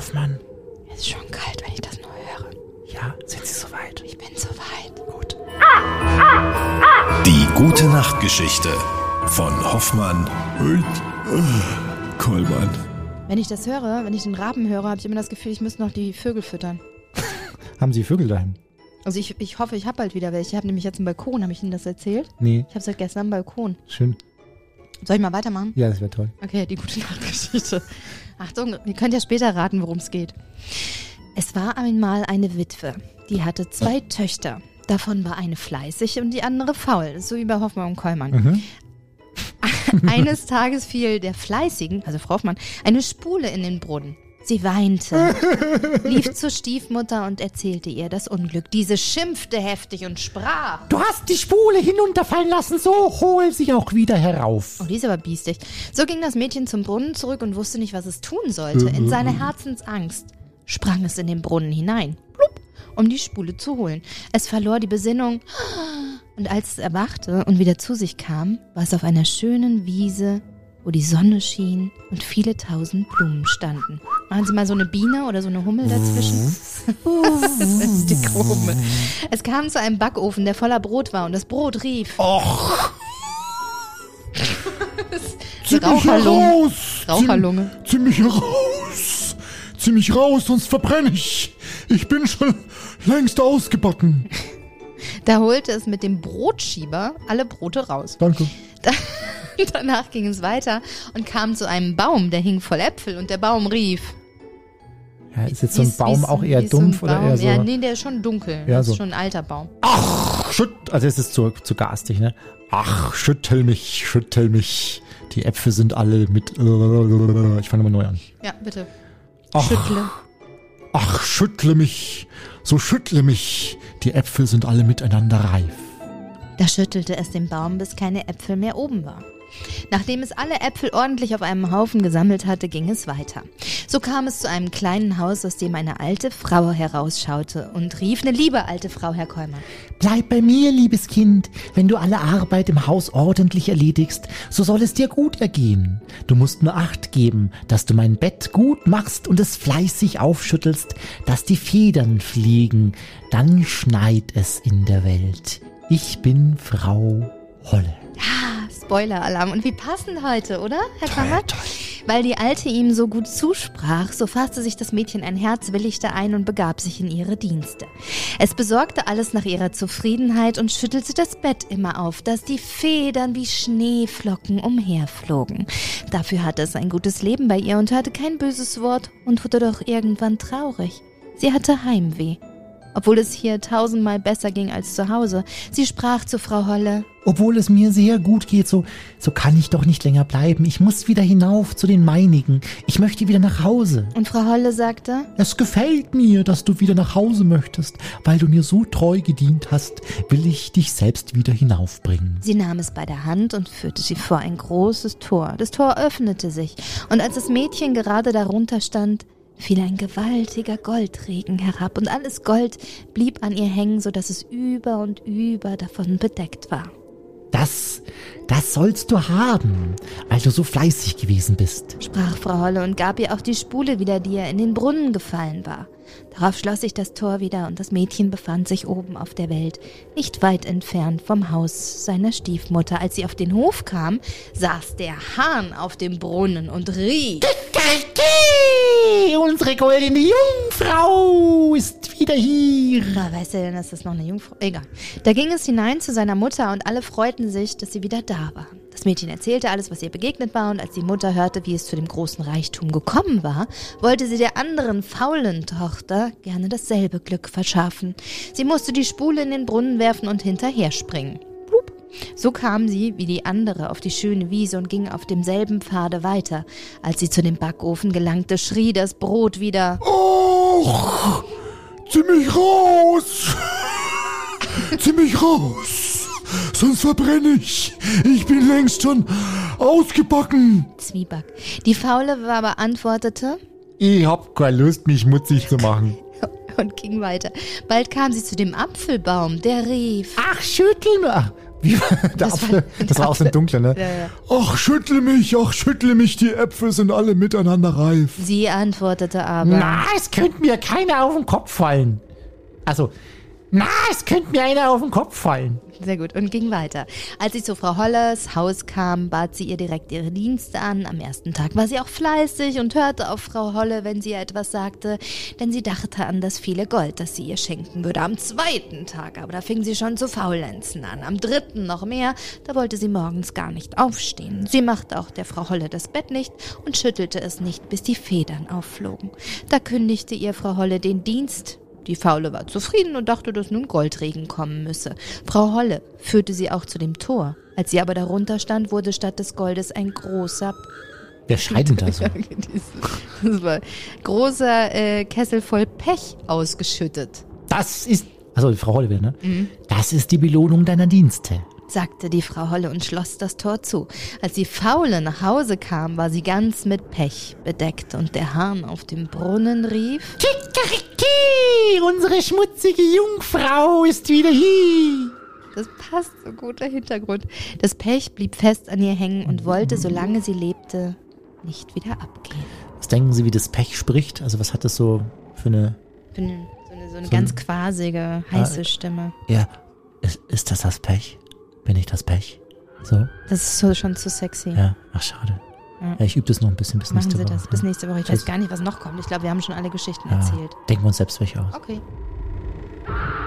Hoffmann. Es ist schon kalt, wenn ich das nur höre. Ja, sind Sie soweit? Ich bin soweit. Gut. Die Gute-Nacht-Geschichte von Hoffmann und Kollmann. Wenn ich das höre, wenn ich den Raben höre, habe ich immer das Gefühl, ich müsste noch die Vögel füttern. Haben Sie Vögel daheim? Also ich hoffe, ich habe bald wieder welche. Ich habe nämlich jetzt einen Balkon. Habe ich Ihnen das erzählt? Nee. Ich habe seit gestern einen Balkon. Schön. Soll ich mal weitermachen? Ja, das wäre toll. Okay, die Gute-Nacht-Geschichte. Achtung, ihr könnt ja später raten, worum es geht. Es war einmal eine Witwe, die hatte 2 Töchter. Davon war eine fleißig und die andere faul. Das ist so wie bei Hoffmann und Kollmann. Mhm. Eines Tages fiel der Fleißigen, also Frau Hoffmann, eine Spule in den Brunnen. Sie weinte, lief zur Stiefmutter und erzählte ihr das Unglück. Diese schimpfte heftig und sprach. Du hast die Spule hinunterfallen lassen, so hol sie auch wieder herauf. Oh, die ist aber biestig. So ging das Mädchen zum Brunnen zurück und wusste nicht, was es tun sollte. In seiner Herzensangst sprang es in den Brunnen hinein, plupp, um die Spule zu holen. Es verlor die Besinnung und als es erwachte und wieder zu sich kam, war es auf einer schönen Wiese, wo die Sonne schien und viele tausend Blumen standen. Machen Sie mal so eine Biene oder so eine Hummel dazwischen. Das ist die Krone. Es kam zu einem Backofen, der voller Brot war und das Brot rief. Och! Die Raucherlunge. Raucherlunge. Zieh mich heraus! Zieh mich raus, sonst verbrenne ich! Ich bin schon längst ausgebacken. Da holte es mit dem Brotschieber alle Brote raus. Danke. Danach ging es weiter und kam zu einem Baum, der hing voll Äpfel und der Baum rief. Ja, ist jetzt so ein Baum auch eher dumpf oder eher so? Ja, nee, der ist schon dunkel. Ja, das so. ist schon ein alter Baum. Ach, also es ist zu garstig, ne? Ach, schüttel mich. Die Äpfel sind alle mit... Ich fange mal neu an. Ja, bitte. Ach, Schüttle. Ach, schüttle mich, so schüttle mich. Die Äpfel sind alle miteinander reif. Da schüttelte es den Baum, bis keine Äpfel mehr oben war. Nachdem es alle Äpfel ordentlich auf einem Haufen gesammelt hatte, ging es weiter. So kam es zu einem kleinen Haus, aus dem eine alte Frau herausschaute und rief, eine liebe alte Frau, Herr Kollmann. Bleib bei mir, liebes Kind. Wenn du alle Arbeit im Haus ordentlich erledigst, so soll es dir gut ergehen. Du musst nur Acht geben, dass du mein Bett gut machst und es fleißig aufschüttelst, dass die Federn fliegen. Dann schneit es in der Welt. Ich bin Frau Holle. Spoiler-Alarm. Und wie passend heute, oder, Herr Kollmann? Weil die Alte ihm so gut zusprach, so fasste sich das Mädchen ein Herz, willigte ein und begab sich in ihre Dienste. Es besorgte alles nach ihrer Zufriedenheit und schüttelte das Bett immer auf, dass die Federn wie Schneeflocken umherflogen. Dafür hatte es ein gutes Leben bei ihr und hörte kein böses Wort und wurde doch irgendwann traurig. Sie hatte Heimweh, obwohl es hier 1000-mal besser ging als zu Hause. Sie sprach zu Frau Holle: Obwohl es mir sehr gut geht, so kann ich doch nicht länger bleiben. Ich muss wieder hinauf zu den meinigen. Ich möchte wieder nach Hause. Und Frau Holle sagte: Es gefällt mir, dass du wieder nach Hause möchtest. Weil du mir so treu gedient hast, will ich dich selbst wieder hinaufbringen. Sie nahm es bei der Hand und führte sie vor ein großes Tor. Das Tor öffnete sich, und als das Mädchen gerade darunter stand, fiel ein gewaltiger Goldregen herab, und alles Gold blieb an ihr hängen, so dass es über und über davon bedeckt war. Das sollst du haben, weil du so fleißig gewesen bist, Sprach Frau Holle und gab ihr auch die Spule wieder, die ihr in den Brunnen gefallen war. Darauf schloss sich das Tor wieder und das Mädchen befand sich oben auf der Welt, nicht weit entfernt vom Haus seiner Stiefmutter. Als sie auf den Hof kam, saß der Hahn auf dem Brunnen und rief: Unsere goldene Jungfrau ist wieder hier. Na, weißt du denn, dass das noch eine Jungfrau? Egal. Da ging es hinein zu seiner Mutter und alle freuten sich, dass sie wieder da war. Das Mädchen erzählte alles, was ihr begegnet war, und als die Mutter hörte, wie es zu dem großen Reichtum gekommen war, wollte sie der anderen faulen Tochter gerne dasselbe Glück verschaffen. Sie musste die Spule in den Brunnen werfen und hinterher springen. Blub. So kam sie, wie die andere, auf die schöne Wiese und ging auf demselben Pfade weiter. Als sie zu dem Backofen gelangte, schrie das Brot wieder: Och, zieh mich raus! Zieh mich raus! Sonst verbrenne ich. Ich bin längst schon ausgebacken. Zwieback. Die Faule aber antwortete Ich hab keine Lust, mich schmutzig zu machen. und ging weiter. Bald kam sie zu dem Apfelbaum, der rief: Ach, schüttel nur. Wie, der Apfel, das war auch so ein dunkler, ne? Ja. Ach, schüttle mich, die Äpfel sind alle miteinander reif. Sie antwortete aber. Na, es könnte mir keiner auf den Kopf fallen. Also, es könnte mir einer auf den Kopf fallen. Sehr gut, und ging weiter. Als sie zu Frau Holles Haus kam, bat sie ihr direkt ihre Dienste an. Am ersten Tag war sie auch fleißig und hörte auf Frau Holle, wenn sie ihr etwas sagte, denn sie dachte an das viele Gold, das sie ihr schenken würde. Am zweiten Tag aber, da fing sie schon zu faulenzen an. Am dritten noch mehr, da wollte sie morgens gar nicht aufstehen. Sie machte auch der Frau Holle das Bett nicht und schüttelte es nicht, bis die Federn aufflogen. Da kündigte ihr Frau Holle den Dienst. Die Faule war zufrieden und dachte, dass nun Goldregen kommen müsse. Frau Holle führte sie auch zu dem Tor. Als sie aber darunter stand, wurde statt des Goldes ein großer... Wer schreit denn da so? Das war großer Kessel voll Pech ausgeschüttet. Das ist... Also Frau Holle wieder, ne? Das ist die Belohnung deiner Dienste. Sagte die Frau Holle und schloss das Tor zu. Als die Faule nach Hause kam, war sie ganz mit Pech bedeckt und der Hahn auf dem Brunnen rief: Kikeriki, unsere schmutzige Jungfrau ist wieder hier. Das passt so gut, der Hintergrund. Das Pech blieb fest an ihr hängen und wollte, solange sie lebte, nicht wieder abgehen. Was denken Sie, wie das Pech spricht? Also was hat das so für eine... So eine ganz quasige, heiße Stimme. Ja, ist das Pech? Bin ich das Pech? So? Das ist so schon zu sexy. Ja, ach schade. Ja, ich übe das noch ein bisschen bis Machen nächste Sie Woche. das bis nächste Woche. Ich weiß gar nicht, was noch kommt. Ich glaube, wir haben schon alle Geschichten Ja, erzählt. denken wir uns selbst welche aus. Okay.